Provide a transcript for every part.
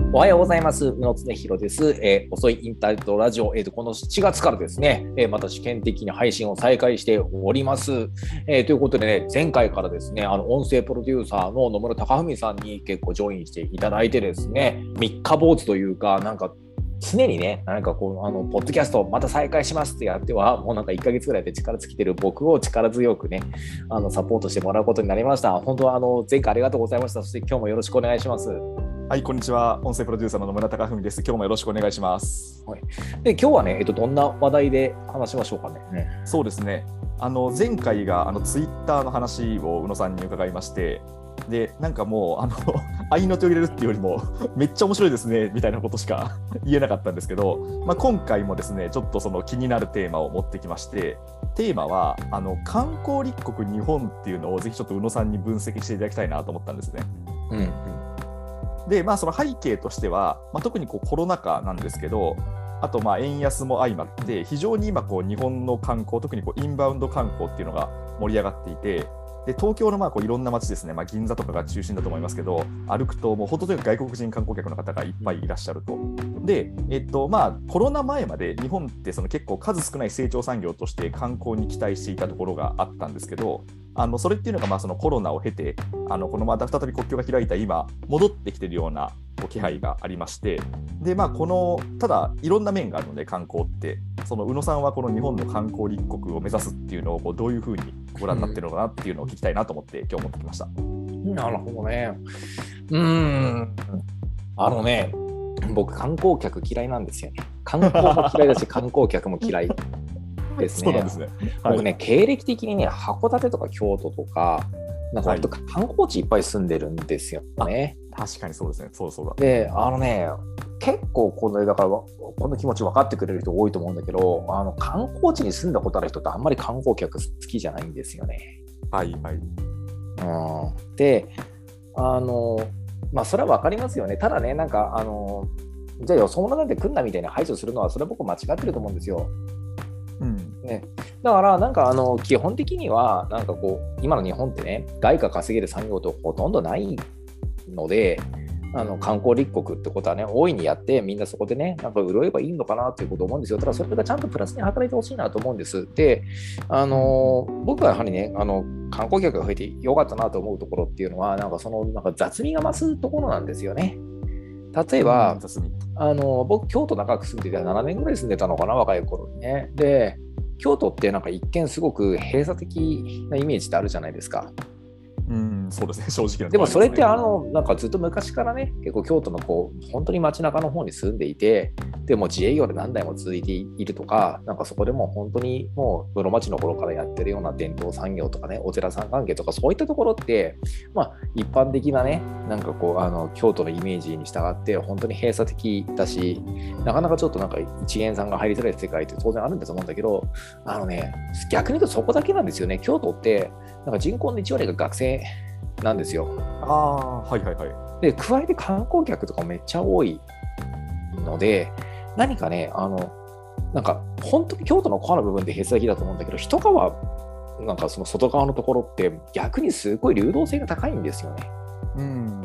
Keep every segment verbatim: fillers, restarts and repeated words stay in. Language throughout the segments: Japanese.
おはようございます。宇野恒弘です。えー、遅いインターネットラジオ、えーと、このしちがつからですね、えー、また試験的に配信を再開しております。えー、ということでね、前回からですね、あの音声プロデューサーの野村貴文さんに結構ジョインしていただいてですね、三日坊主というか、なんか常にね、なんかこう、あの、ポッドキャストまた再開しますってやっては、もうなんかいっかげつぐらいで力尽きてる僕を力強くね、あの、サポートしてもらうことになりました。本当はあの、前回ありがとうございました。そして今日もよろしくお願いします。 はい、こんにちは。音声プロデューサーの野村貴文です。今日もよろしくお願いします。 はい、で今日はね、えっと、どんな話題で話しましょうかね。ねそうですね。あの前回があのツイッターの話を宇野さんに伺いまして、でなんかもうあの合いの手を入れるっていうよりもめっちゃ面白いですねみたいなことしか言えなかったんですけど、まあ、今回もですねちょっとその気になるテーマを持ってきまして、テーマはあの観光立国日本っていうのをぜひちょっと宇野さんに分析していただきたいなと思ったんですね。うん、うんでまあ、その背景としては、まあ、特にこうコロナ禍なんですけど、あとまあ円安も相まって非常に今こう日本の観光、特にこうインバウンド観光っていうのが盛り上がっていて、で東京のまあこういろんな街ですね、まあ、銀座とかが中心だと思いますけど、歩くともうほとんど外国人観光客の方がいっぱいいらっしゃると。で、えっとまあ、コロナ前まで日本ってその結構数少ない成長産業として観光に期待していたところがあったんですけど、あのそれっていうのがまあそのコロナを経て、あのこのまた再び国境が開いた今戻ってきているような気配がありまして、で、まあ、このただいろんな面があるので観光って、その宇野さんはこの日本の観光立国を目指すっていうのをこうどういうふうにご覧になっているのかなっていうのを聞きたいなと思って今日持ってきました。 なるほどね。うーんあのね僕観光客嫌いなんですよね。観光も嫌いだし観光客も嫌いですね。 そうなんですね。 はい、僕ね経歴的にね函館とか京都とかなんか割と観光地いっぱい住んでるんですよね。 はい、確かにそうですね。そうそうだ。 で、あのね、結構このだからこの気持ち分かってくれる人多いと思うんだけど、あの観光地に住んだことある人ってあんまり観光客好きじゃないんですよね。 はいはい。うん、 で、あのまあそれは分かりますよね。ただね、なんかあのじゃあよそ者なんて来んなみたいな排除するのはそれは僕間違ってると思うんですよ。うんね、だからなんかあの基本的にはなんかこう今の日本ってね外貨稼げる産業ってほとんどないので、あの観光立国ってことはね大いにやってみんなそこでねなんか潤えばいいのかなということを思うんですよ。ただそれがちゃんとプラスに働いてほしいなと思うんです。で、あの僕はやはりねあの観光客が増えてよかったなと思うところっていうのはなんかそのなんか雑味が増すところなんですよね。例えば、うん、あの僕京都長く住んでてななねんぐらい住んでたのかな若い頃にね。で京都ってなんか一見すごく閉鎖的なイメージってあるじゃないですか。 うん、そうですね、正直なところですね。 でもそれってあのなんかずっと昔からね結構京都のこう本当に街中の方に住んでいて、でも自営業で何代も続いているとか、なんかそこでも本当にもう室町の頃からやってるような伝統産業とかねお寺さん関係とかそういったところってまあ一般的なねなんかこうあの京都のイメージに従って本当に閉鎖的だし、なかなかちょっとなんか一元さんが入りづらい世界って当然あるんだと思うんだけど、あのね逆に言うとそこだけなんですよね。京都ってなんか人口のいち割が学生なんですよ。 ああ、はいはいはい。 で、加えて観光客とかめっちゃ多いので、何かね、あの、なんか本当に京都のコアの部分で閉鎖的だと思うんだけど、一川、なんかその外側のところって逆にすごい流動性が高いんですよね。うん、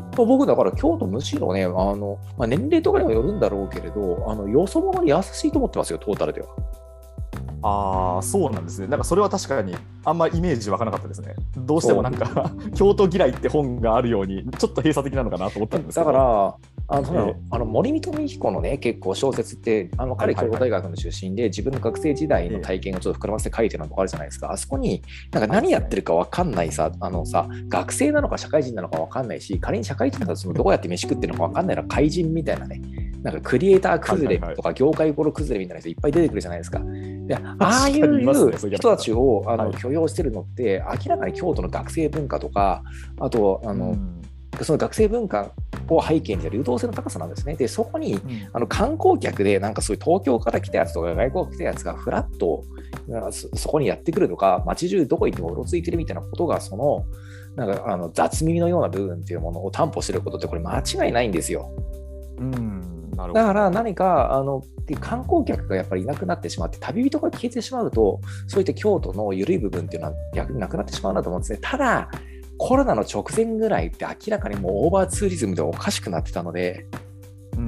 僕だから京都むしろね、あのまあ、年齢とかにもよるんだろうけれど、あのよそ者に優しいと思ってますよ、トータルでは。 ああ、そうなんですね。なんかそれは確かにあんまイメージ湧かなかったですね。どうしてもなんか京都嫌いって本があるようにちょっと閉鎖的なのかなと思ったんですけど。 だからあの、えー、あの森見と美彦のね結構小説ってあの彼京都大学の出身で自分の学生時代の体験をちょっと膨らませて書いてるのとかあるじゃないですか。あそこになんか何やってるか分かんないさ、あのさ学生なのか社会人なのか分かんないし、仮に社会人だとそのどうやって飯食ってるのか分かんないのは怪人みたいなね、なんかクリエイター崩れとか業界頃崩れみたいな人いっぱい出てくるじゃないですか。でああいう人たちをあの許容してるのって明らかに京都の学生文化とか、あとあの、うん、その学生文化を背景に流動性の高さなんですね。でそこに、うん、あの観光客でなんかそういう東京から来たやつとか外国から来たやつがフラッと そ, そこにやってくるとか、街中どこ行ってもうろついてるみたいなことがそのなんかあの雑耳のような部分っていうものを担保してることってこれ間違いないんですよ。うんだから何かあの観光客がやっぱりいなくなってしまって旅人が消えてしまうと、そういった京都の緩い部分っていうのは逆になくなってしまうなと思うんですね。ただコロナの直前ぐらいって明らかにもうオーバーツーリズムでおかしくなってたので、う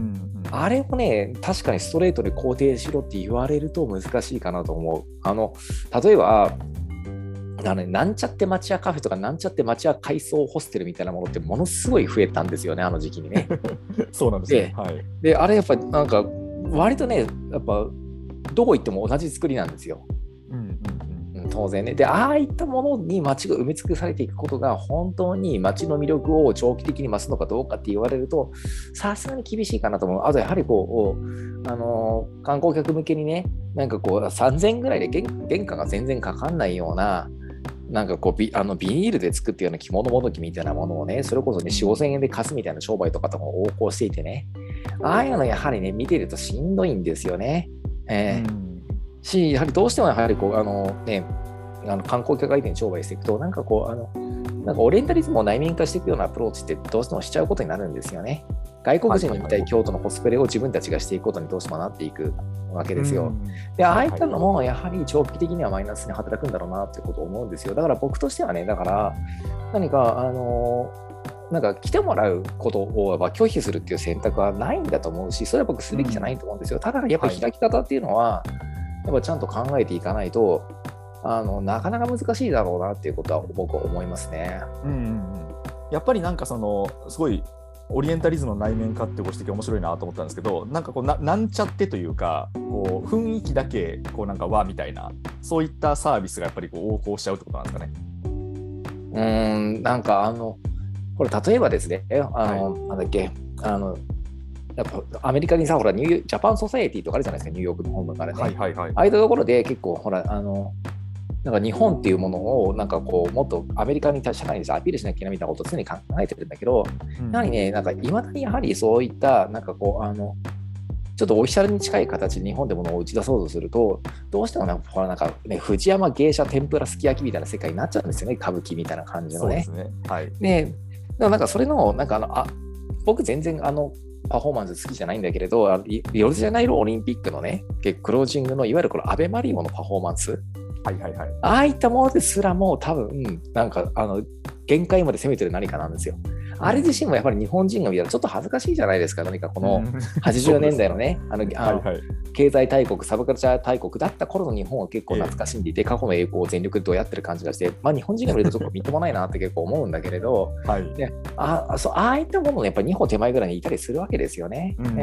あれもね、確かにストレートで肯定しろって言われると難しいかなと思う。あの例えばあの、ね、なんちゃって町屋カフェとかなんちゃって町屋改装ホステルみたいなものってものすごい増えたんですよね、あの時期にね。 そうなんですね。はい、 で、あれやっぱりなんか割とね、やっぱどこ行っても同じ作りなんですよ。うんうんうん、当然ね。で、ああいったものに街が埋め尽くされていくことが本当に街の魅力を長期的に増すのかどうかって言われると、さすがに厳しいかなと思う。あとやはりこう、あのー、観光客向けにね、なんかこうさんぜんえんぐらいで原原価が全然かかんないような、なんかこうビあのビニールで作ったような着物もどきみたいなものをね、それこそね、よん、ごせんえんで貸すみたいな商売とかとも横行していてね、ああいうのやはりね、見てるとしんどいんですよね。えー、し、やはりどうしてもやはりこう、あのね、あの観光客相手に商売していくと、なんかこう、あの、なんかオリエンタリズムを内面化していくようなアプローチってどうしてもしちゃうことになるんですよね。外国人に見たい京都のコスプレを自分たちがしていくことにどうしてもなっていくわけですよ。で、ああいったのもやはり長期的にはマイナスに働くんだろうなということを思うんですよ。だから僕としてはね、だから何か、あの、なんか来てもらうことを拒否するっていう選択はないんだと思うし、それは僕すべきじゃないと思うんですよ。ただやっぱり開き方っていうのは、やっぱちゃんと考えていかないと、あのなかなか難しいだろうなっていうことは僕は思いますね。 うんうんうん、やっぱりなんかそのすごいオリエンタリズムの内面化ってご指摘面白いなと思ったんですけど、なんかこう な, なんちゃってというかこう雰囲気だけこうなんか和みたいなそういったサービスがやっぱりこう横行しちゃうってことなんですかね。 うーんなんかあのこれ例えばですね、あの、はい、なんだっけあのやっぱアメリカにさほらニュージャパンソサエティとかあるじゃないですか、ニューヨークの本部からね、はいはいはい、ああいったところで結構ほらあのなんか日本っていうものをなんかこうもっとアメリカに社会にアピールしなきゃいけないみたいなことを常に考えてるんだけど、うん、やはりね、なんかいまだにやはりそういったなんかこうあのちょっとオフィシャルに近い形で日本でものを打ち出そうとすると、どうしてもなんかほらなんかね、藤山芸者天ぷらすき焼きみたいな世界になっちゃうんですよね、歌舞伎みたいな感じのね。そうですね。はい。で、だからなんかそれのなんかあのあ僕全然あのパフォーマンス好きじゃないんだけれど、リオデジャネイロオリンピックのね、クロージングのいわゆるこのアベマリオのパフォーマンス。はいはいはい、ああいったものですらも多分なんかあの限界まで攻めてる何かなんですよ。あれ自身もやっぱり日本人が見たらちょっと恥ずかしいじゃないですか。何かこのはちじゅうねんだいのね、あのあの、はいはい、経済大国サブカルチャー大国だった頃の日本は結構懐かしんでいて、えー、過去の栄光を全力でどうやってる感じがして、まあ、日本人が見るとちょっとみっともないなって結構思うんだけれど、はい、で あ, あ, そうああいったものもやっぱりにほ手前ぐらいにいたりするわけですよね。うんうん、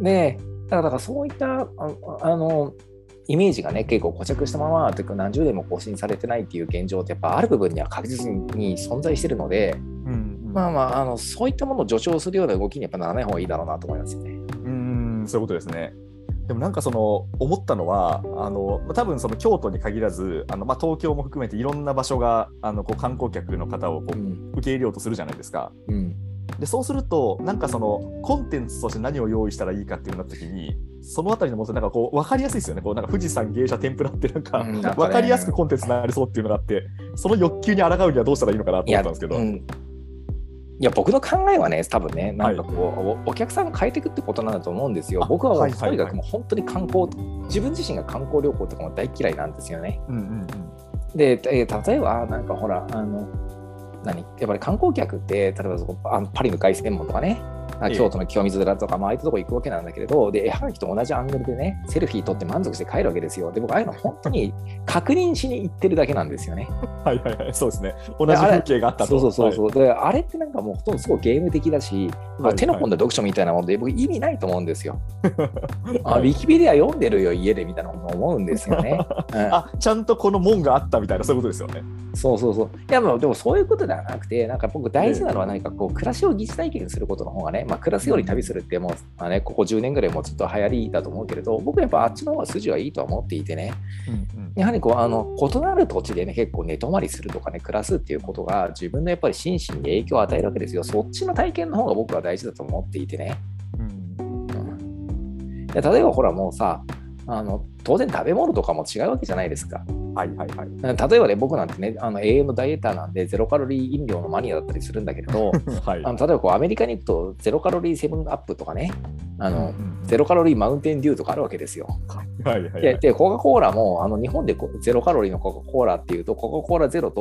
でだから、だからそういったああのイメージがね結構固着したまま何十年も更新されてないっていう現状ってやっぱある部分には確実に存在してるので、うんうん、まあまああのそういったものを助長するような動きにやっぱならない方がいいだろうなと思いますよね。 うーん、そういうことですね。でもなんかその思ったのはあの多分その京都に限らずあの、まあ、東京も含めていろんな場所があのこう観光客の方をこう、うん、受け入れようとするじゃないですか。うん、でそうするとなんかそのコンテンツとして何を用意したらいいかっていうなった時にそのあたりのものってなんかこう分かりやすいですよね。こうなんか富士山芸者天ぷらってなんか分かりやすくコンテンツになりそうっていうのがあって、その欲求に抗うにはどうしたらいいのかなと思ったんですけど。いや、うん、いや僕の考えはね、多分ね、なんかこう、はい、お, お客さんを変えていくってことなんだと思うんですよ。僕はもうとにかくもう本当に観光、自分自身が観光旅行とかも大嫌いなんですよね。うんうんうん、で、えー、例えばなんかほらあの何やっぱり観光客って例えばそこあのパリの凱旋門とかね、京都の清水寺とか、まああいったとこ行くわけなんだけれど、で絵はがきと同じアングルでねセルフィー撮って満足して帰るわけですよ。で僕ああいうの本当に確認しに行ってるだけなんですよね。 はいはいはい、そうですね。同じ風景があったと。 そうそうそうそう、はい、であれってなんかもうほとんどすごいゲーム的だし、はい、手の込んだ読書みたいなもので僕意味ないと思うんですよ。はい、あウィキペディア読んでるよ家でみたいなの思うんですよね。 うん、あちゃんとこの門があったみたいなそういうことですよね。 そうそうそう。いやでもそういうことではなくて、なんか僕大事なのは何かこう暮らしを疑似体験することの方がね、まあ暮らすより旅するってもう、まあね、ここじゅうねんぐらいもずっと流行りだと思うけれど、僕はやっぱあっちの方が筋はいいとは思っていてね、うんうん、やはりこうあの異なる土地でね結構寝泊まりするとかね暮らすっていうことが自分のやっぱり心身に影響を与えるわけですよ。そっちの体験の方が僕は大事だと思っていてね、うんうん、で例えばほらもうさあの当然食べ物とかも違うわけじゃないですか。はいはいはい、例えばね僕なんてねあの永遠のダイエッターなんでゼロカロリー飲料のマニアだったりするんだけれど、はい、あの例えばこうアメリカに行くとゼロカロリーセブンアップとかねあの、うんうん、ゼロカロリーマウンテンデューとかあるわけですよ。はいはいはい、で, でコカ・コーラもあの日本でゼロカロリーのコカ・コーラっていうとコカ・コーラゼロと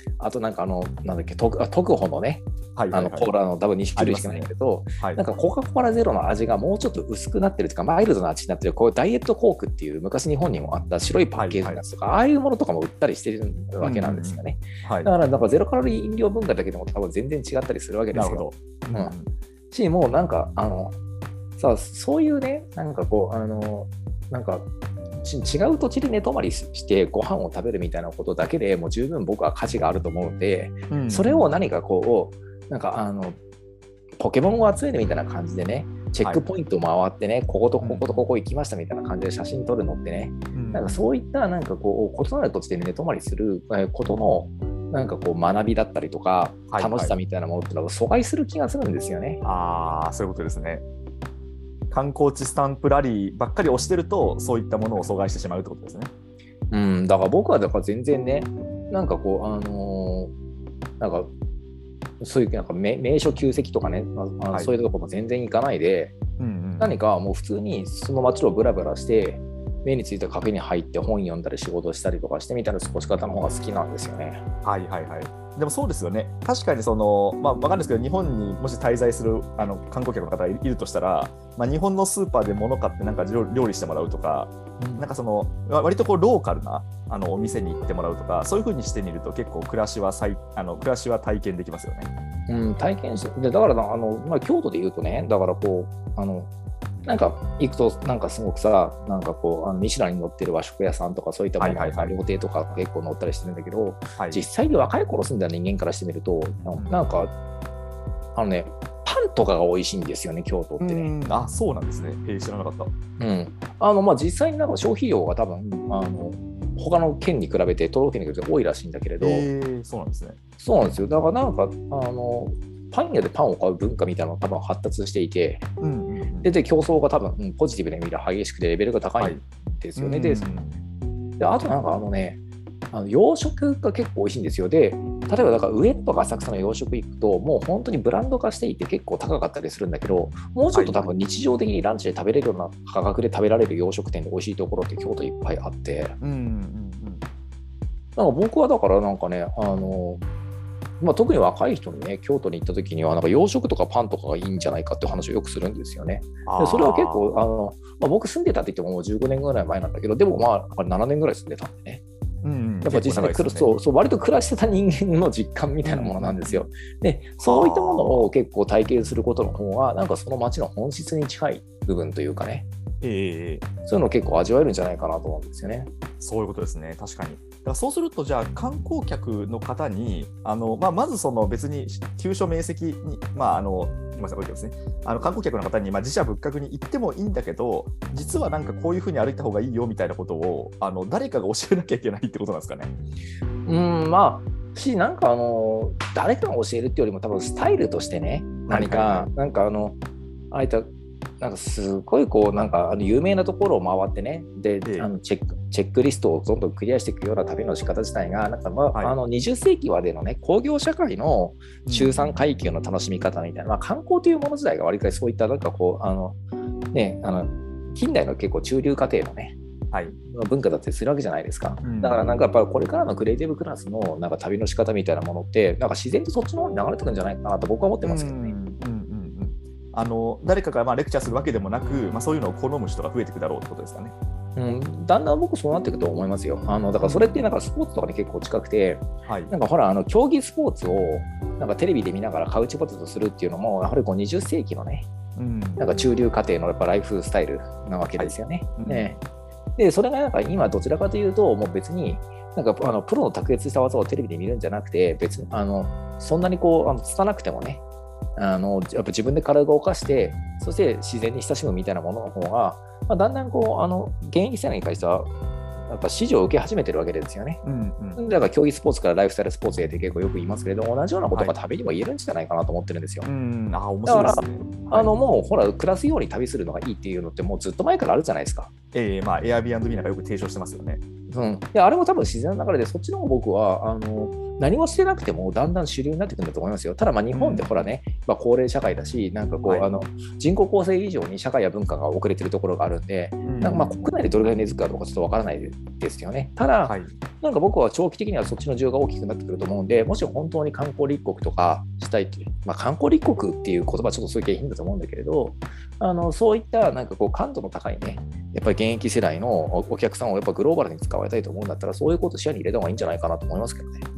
あとなんかあの、なんだっけ、特あ特保のね、 はいはいはい、 あのコーラの多分に種類しかないんだけど、 はい、 なんかコカ・コーラゼロの味がもうちょっと薄くなってるというか、マイルドな味になってる、こうダイエットコークっていう昔日本にもあった白いパッケージのやつとか、はいはい、ああいうものとかも売ったりしてるわけなんですよね。うんうんはい、だからなんかゼロカロリー飲料文化だけでも多分全然違ったりするわけですよ。なるほど。うん。し、もうなんかあのさあそういうね、なんかこうあのなんか違う土地で寝泊まりしてご飯を食べるみたいなことだけでもう十分僕は価値があると思うので、うん、それを何かこうなんかあのポケモンを集めるみたいな感じでね、チェックポイントを回ってね、はい、こことこことここ行きましたみたいな感じで写真撮るのってね、うん、なんかそういったなんかこう異なる土地で寝泊まりすることのなんかこう学びだったりとか楽しさみたいなものっていうのを阻害する気がするんですよね。 はいはい、ああ、そういうことですね。観光地スタンプラリーばっかり押してるとそういったものを阻害してしまうってことですね。 うん、だから僕はだから全然ね、なんかこうあのー、なんかそういうなんか 名, 名所旧跡とかね、まあはい、そういうところも全然行かないで、うんうん、何かもう普通にその街をブラブラして目についたカフェに入って本読んだり仕事したりとかしてみたいな過ごし方の方が好きなんですよね。 はいはいはい。でもそうですよね。確かにその、まあ、分かるんですけど、日本にもし滞在するあの観光客の方がいるとしたら、まあ、日本のスーパーで物買ってなんか料理してもらうとか、うん、なんかその割とこうローカルなあのお店に行ってもらうとか、そういう風にしてみると結構暮らしは再あの暮らしは体験できますよね。 うん、体験してでだからあの、まあ、京都で言うとね、だからこうあのなんか行くとなんかすごくさ、なんかこうあのミシュランに載ってる和食屋さんとかそういったものが、はいはいはい、料亭とか結構載ったりしてるんだけど、はい、実際に若い頃住んだ人間からしてみると、なんかあのねパンとかが美味しいんですよね、京都ってね。 うん、あ、そうなんですね。えー、知らなかった。 うん、あのまあ実際になんか消費量が多分あの他の県に比べて都道府県に比べて多いらしいんだけれど、 えー、そうなんですね。 そうなんですよ。だからなんかあのパン屋でパンを買う文化みたいなのが多分発達していて、うんうんうん、で, で競争が多分、うん、ポジティブな意味で激しくてレベルが高いんですよね。はい、で, であとなんかあのね、あの洋食が結構美味しいんですよ。で、例えばだから上とか浅草の洋食行くともう本当にブランド化していて結構高かったりするんだけど、もうちょっと多分日常的にランチで食べれるような価格で食べられる洋食店で美味しいところって京都いっぱいあって、うんうんうん、なんか僕はだからなんかね、あのまあ、特に若い人にね、京都に行った時にはなんか洋食とかパンとかがいいんじゃないかっていう話をよくするんですよね。でそれは結構あの、まあ、僕住んでたって言ってももうじゅうごねんぐらい前なんだけど、でもまあななねんぐらい住んでたんでね。うん、やっぱ実際に、ね、そうそう割と暮らしてた人間の実感みたいなものなんですよ。でそういったものを結構体験することの方がなんかその街の本質に近い部分というかね、えー、そういうのを結構味わえるんじゃないかなと思うんですよね。 そういうことですね。確かに。だからそうするとじゃあ観光客の方にあの、まあ、まずその別に急所明晰に、まああの今さこうですね、あの観光客の方に、まあ、自社仏閣に行ってもいいんだけど、実はなんかこういうふうに歩いた方がいいよみたいなことをあの誰かが教えなきゃいけないってことなんですかね。 うん、まあしなんかあの誰かが教えるっていうよりも多分スタイルとしてね、何か、はいはいはい、なんかあのああいったなんかすごいこうなんかあの有名なところを回ってね、で、ええ、あのチェックチェックリストをどんどんクリアしていくような旅の仕方自体がなんか、まあはい、あのにじゅっ世紀までのね工業社会の中産階級の楽しみ方みたいな、うん、まあ、観光というもの自体が割りかしそういったなんかこうあのねあの近代の結構中流家庭のね、はい、文化だったりするわけじゃないですか。うん、だからなんかやっぱりこれからのクリエイティブクラスのなんか旅の仕方みたいなものってなんか自然とそっちの方に流れてくるんじゃないかなと僕は思ってますけどね。うんうんあの誰かがまあレクチャーするわけでもなく、まあ、そういうのを好む人が増えていくだろうってことですかね。 うん、だんだん僕そうなっていくと思いますよ。あのだからそれってなんかスポーツとかに結構近くて、はい、なんかほらあの競技スポーツをなんかテレビで見ながらカウチポテトするっていうのもやはりこうにじゅっ世紀のね、うん、なんか中流家庭のやっぱライフスタイルなわけですよね。はい、ねでそれがなんか今どちらかというともう別になんかあのプロの卓越した技をテレビで見るんじゃなくて別にあのそんなにこうあのつかなくてもね。あのやっぱ自分で体を動かしてそして自然に親しむみたいなものの方が、まあ、だんだんこうあの現役世代に関してはやっぱ支持を受け始めてるわけですよね。うんうん、だから競技スポーツからライフスタイルスポーツへって結構よく言いますけれども同じようなことが旅にも言えるんじゃないかなと思ってるんですよ。はい、うんあ面白いですね。だからあのもうほら暮らすように旅するのがいいっていうのってもうずっと前からあるじゃないですか。 えーまあ、Airbnb なんかよく提唱してますよね。 うん、であれも多分自然な流れで、そっちの方僕はあの何もしてなくてもだんだん主流になってくるんだと思いますよ。ただまあ日本ってほらね、うん、まあ、高齢社会だし、なんかこう、はい、あの人口構成以上に社会や文化が遅れてるところがあるんで、うん、なんかまあ国内でどれぐらい根付くかどうかちょっとわからないですよね。ただ、はい、なんか僕は長期的にはそっちの需要が大きくなってくると思うんで、もし本当に観光立国とかしたいっていう、まあ、観光立国っていう言葉はちょっとそういう景品だと思うんだけれど、あのそういったなんかこう感度の高いね、やっぱり現役世代のお客さんをやっぱグローバルに使われたいと思うんだったら、そういうことを視野に入れた方がいいんじゃないかなと思いますけどね。 うん、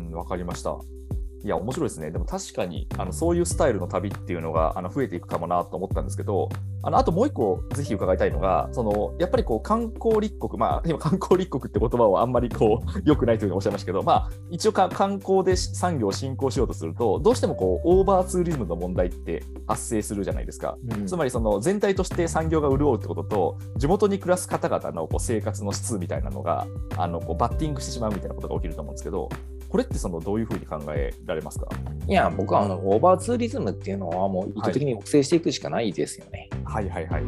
わかりました。いや、面白いですね。でも確かにあのそういうスタイルの旅っていうのがあの増えていくかもなと思ったんですけど、あのあともう一個ぜひ伺いたいのが、そのやっぱりこう観光立国、まあ今観光立国って言葉はあんまりこう良くないというふうにおっしゃいましたけど、まあ一応か観光で産業を振興しようとすると、どうしてもこうオーバーツーリズムの問題って発生するじゃないですか。うん、つまりその全体として産業が潤うってことと、地元に暮らす方々のこう生活の質みたいなのがあのこうバッティングしてしまうみたいなことが起きると思うんですけど、これってそのどういうふうに考えられますか？ いや、僕はあのオーバーツーリズムっていうのはもう意図的に抑制していくしかないですよね。 はいはいはい。うん、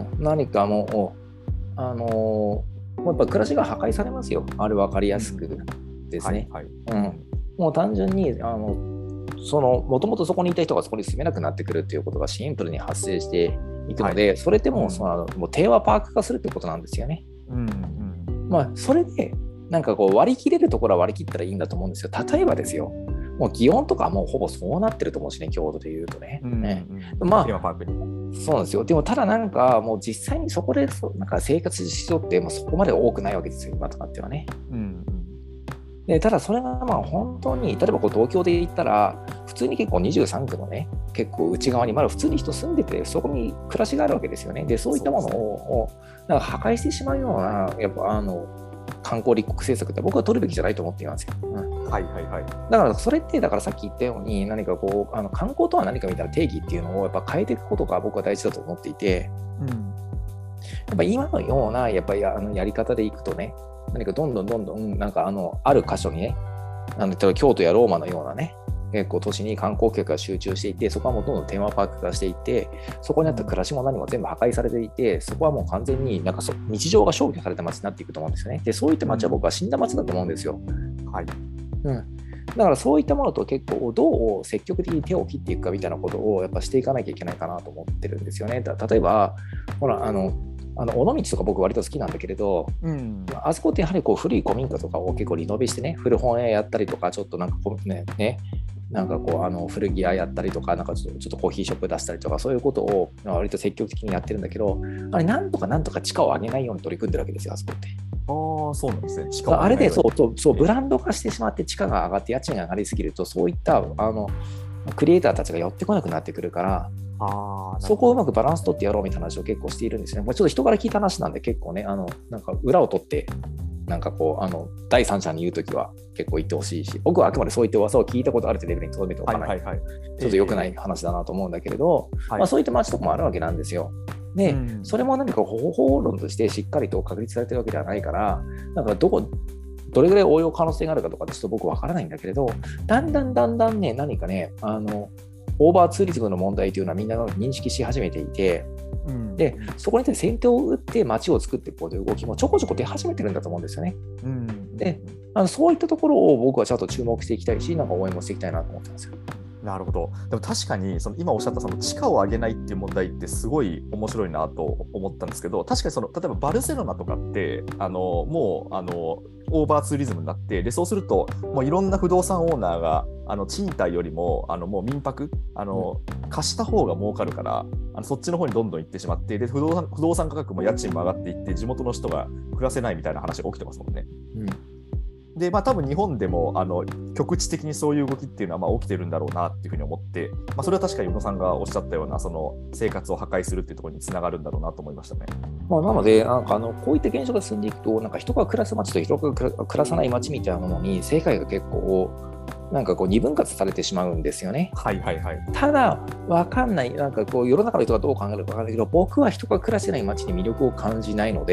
何かもう、あのー、やっぱ暮らしが破壊されますよ。あれ分かりやすくですね。もう単純に、あの、その、もともとそこにいた人がそこに住めなくなってくるっていうことがシンプルに発生していくので、はい、それってもう、その、もうテーマパーク化するってことなんですよね。うんうん、まあ、それで、なんかこう割り切れるところは割り切ったらいいんだと思うんですよ。例えばですよ、もう祇園とかもうほぼそうなってると思うしね、京都でいうとね。うんねうん、まあ、そうなんですよ。でもただなんかもう実際にそこでなんか生活しようってもうそこまで多くないわけですよ、今とかってはね。うんでただそれがまあ本当に、例えばこう東京で言ったら、普通に結構にじゅうさんくのね、結構内側にまだ普通に人住んでて、そこに暮らしがあるわけですよね。で、そういったものをなんか破壊してしまうような、やっぱあの、観光立国政策って僕は取るべきじゃないと思っていますよ。うん、はいはいはい。だからそれってだからさっき言ったように何かこうあの観光とは何かみたいな定義っていうのをやっぱ変えていくことが僕は大事だと思っていて、うん、やっぱ今のようなやっぱりあのやり方でいくとね、何かどんどんどんどんなんかあのある箇所にね、あの例えば京都やローマのようなね、結構都市に観光客が集中していて、そこはもうどんどんテーマパーク化していて、そこにあった暮らしも何も全部破壊されていて、そこはもう完全になんかそ日常が消去された街になっていくと思うんですよね。で、そういった街は僕は死んだ街だと思うんですよ。はい。うん。だからそういったものと結構どう積極的に手を切っていくかみたいなことをやっぱしていかなきゃいけないかなと思ってるんですよね。だ例えば、ほら、あの、あの尾道とか僕割と好きなんだけれど、うん、あそこってやはりこう古い古民家とかを結構リノベしてね、古本屋やったりとか、ちょっとなんかこうね、ねなんかこうあの古着屋やったりとか、なんかちょっと、ちょっとコーヒーショップ出したりとか、そういうことを割と積極的にやってるんだけど、あれなんとかなんとか地価を上げないように取り組んでるわけですよ、あそこって。 ああ、そうなんですね。 地価を上げないように。あれでそうそうそうブランド化してしまって地価が上がって家賃が上がりすぎると、そういったあのクリエイターたちが寄ってこなくなってくるから、あそこをうまくバランス取ってやろうみたいな話を結構しているんですね。もうちょっと人から聞いた話なんで結構ね、あのなんか裏を取ってなんかこうあの第三者に言うときは結構言ってほしいし、僕はあくまでそういった噂を聞いたことあるというレベルにとどめておかない、はいはいはい、ちょっと良くない話だなと思うんだけれど、えーまあ、そういった街とかもあるわけなんですよ。で、うん、それも何か方法論としてしっかりと確立されてるわけではないから、なんかどこどれぐらい応用可能性があるかとかちょっと僕わからないんだけれど、だんだんだんだんね、何かね、あのオーバーツーリズムの問題というのはみんなが認識し始めていて、うん、でそこに対して先手を打って街を作っていこうという動きもちょこちょこ出始めてるんだと思うんですよね。うん、であのそういったところを僕はちゃんと注目していきたいし、なんか応援もしていきたいなと思ってますよ。 なるほど。でも確かにその今おっしゃったその地価を上げないっていう問題ってすごい面白いなと思ったんですけど、確かにその例えばバルセロナとかってあのもうあのオーバーツーリズムになって、でそうするともういろんな不動産オーナーがあの賃貸よりもあのもう民泊あの、うん、貸した方が儲かるからあのそっちの方にどんどん行ってしまって、で不動産不動産価格も家賃も上がっていって地元の人が暮らせないみたいな話が起きてますもんね。うんでまあ、多分日本でもあの局地的にそういう動きっていうのはまあ起きてるんだろうなっていうふうに思って、まあ、それは確かに宇野さんがおっしゃったようなその生活を破壊するっていうところにつながるんだろうなと思いましたね。 まあ、なのでなんかあのこういった現象が進んでいくと、なんか人が暮らす街と人が暮らさない街みたいなものに世界が結構なんかこう二分割されてしまうんですよね。はいはいはい。ただ分かんない、なんかこう世の中の人がどう考えるか分からないけど、僕は人が暮らせない街に魅力を感じないので、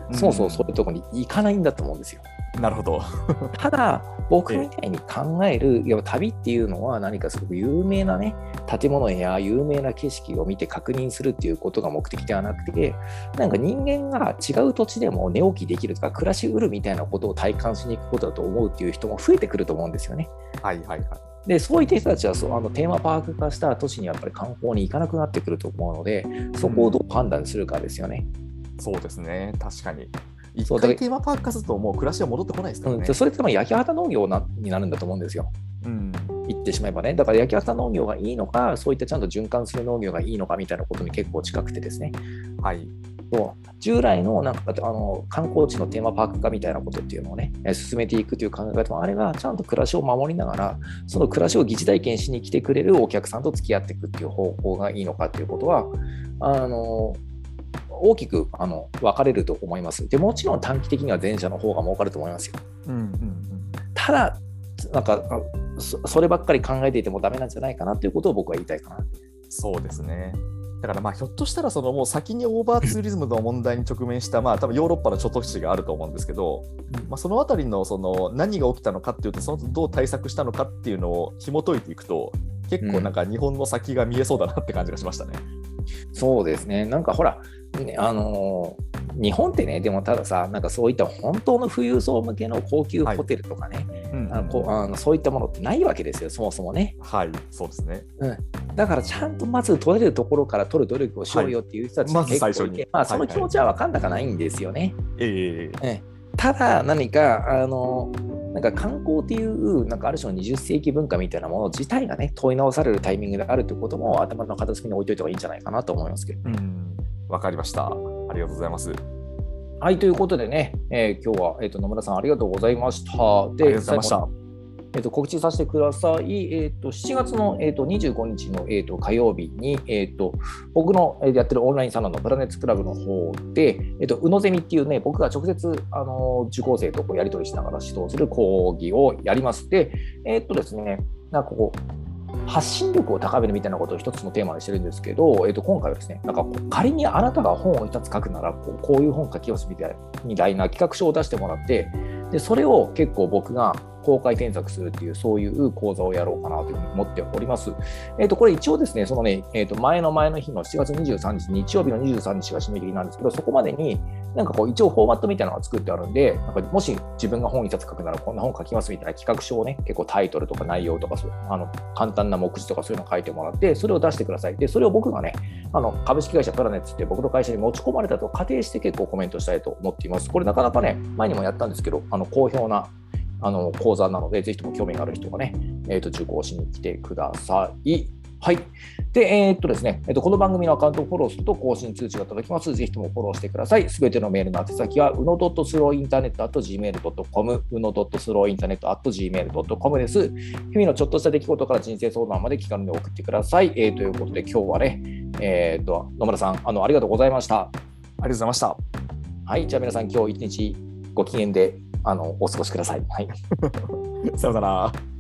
そもそもそういうところに行かないんだと思うんですよ。 なるほど。 ただ僕みたいに考える、いや旅っていうのは何かすごく有名なね建物や有名な景色を見て確認するっていうことが目的ではなくて、なんか人間が違う土地でも寝起きできるとか暮らしうるみたいなことを体感しに行くことだと思うっていう人も増えてくると思うんですよね。 はいはいはい。 でそういった人たちはそうあのテーマパーク化した都市にやっぱり観光に行かなくなってくると思うので、そこをどう判断するかですよね。 うん、そうですね、確かに。一回テーマパーク化するともう暮らしは戻ってこないですからね。 うん、それって焼き畑農業なになるんだと思うんですよ。うん、言ってしまえばね。だから焼き畑農業がいいのか、そういったちゃんと循環する農業がいいのかみたいなことに結構近くてですね。はい。そう従来のなんかあの観光地のテーマパーク化みたいなことっていうのをね、進めていくという考え方もあれば、ちゃんと暮らしを守りながら、その暮らしを疑似体験しに来てくれるお客さんと付き合っていくっていう方法がいいのかっていうことは、あの大きくあの分かれると思います。でもちろん短期的には前者の方が儲かると思いますよ。うんうんうん、ただなんかそ、そればっかり考えていてもダメなんじゃないかなということを僕は言いたいかな。 そうですね。だからまあひょっとしたらそのもう先にオーバーツーリズムの問題に直面したまあ多分ヨーロッパの諸都市があると思うんですけど、まあ、そのあたりのその何が起きたのかっていうと、そのどう対策したのかっていうのを紐解いていくと、結構なんか日本の先が見えそうだなって感じがしましたね。 うん、そうですね。なんかほら、ね、あのー、日本ってね、でもたださ、なんかそういった本当の富裕層向けの高級ホテルとかね、そういったものってないわけですよ、そもそもね。 はい、そうですね。 うん、だからちゃんとまず取れるところから取る努力をしようよっていう人たちが結構いて、はい、まず最初に、まあ、その気持ちは分かんなかないんですよね。はいはい、えー、ただ何かあのなんか観光っていうなんかある種のにじゅっせいき文化みたいなもの自体がね問い直されるタイミングであるということも頭の片隅に置いといた方がいいんじゃないかなと思いますけどね。 わかりました。ありがとうございます。 はい、ということでね、えー、今日は、えーと、野村さんありがとうございました。で、 ありがとうございました。 えー、と告知させてください。えー、としちがつの、えー、とにじゅうごにちの、えー、と火曜日に、えー、と僕のやってるオンラインサロンのプラネッツクラブの方で、えー、とうのゼミっていうね、僕が直接あの受講生とこうやり取りしながら指導する講義をやります。で、えっ、ー、とですね、なんかこう発信力を高めるみたいなことを一つのテーマにしてるんですけど、えー、と今回はですね、なんか仮にあなたが本を一つ書くならこう、こういう本書きますみたいな、みたいな企画書を出してもらって、でそれを結構僕が公開添削するっていう、そういう講座をやろうかなというふうに思っております。えっと、これ一応ですね、そのね、えっと、前の前の日のしちがつにじゅうさんにち、日曜日のにじゅうさんにちが締め切りなんですけど、そこまでになんかこう一応フォーマットみたいなのが作ってあるんで、なんかもし自分が本一冊書くならこんな本書きますみたいな企画書をね、結構タイトルとか内容とかそうあの簡単な目次とかそういうのを書いてもらって、それを出してください。で、それを僕がね、あの株式会社プラネッツって僕の会社に持ち込まれたと仮定して結構コメントしたいと思っています。これなかなかね、前にもやったんですけど、あの好評なあの講座なので、ぜひとも興味がある人がね、えー、と受講しに来てください。はい。で、えー、っとですね、えー、とこの番組のアカウントをフォローすると更新通知が届きます。ぜひともフォローしてください。すべてのメールの宛先は、うの ドットスローインターネット アット ジーメール ドット コム、うの ドットスローインターネット アット ジーメール ドット コム です。日々のちょっとした出来事から人生相談まで気軽に送ってください。えー、ということで、今日はね、えー、っと野村さんあの、ありがとうございました。ありがとうございました。 はい。じゃあ皆さん、今日一日ご機嫌であのお過ごしください。はい。 さよなら。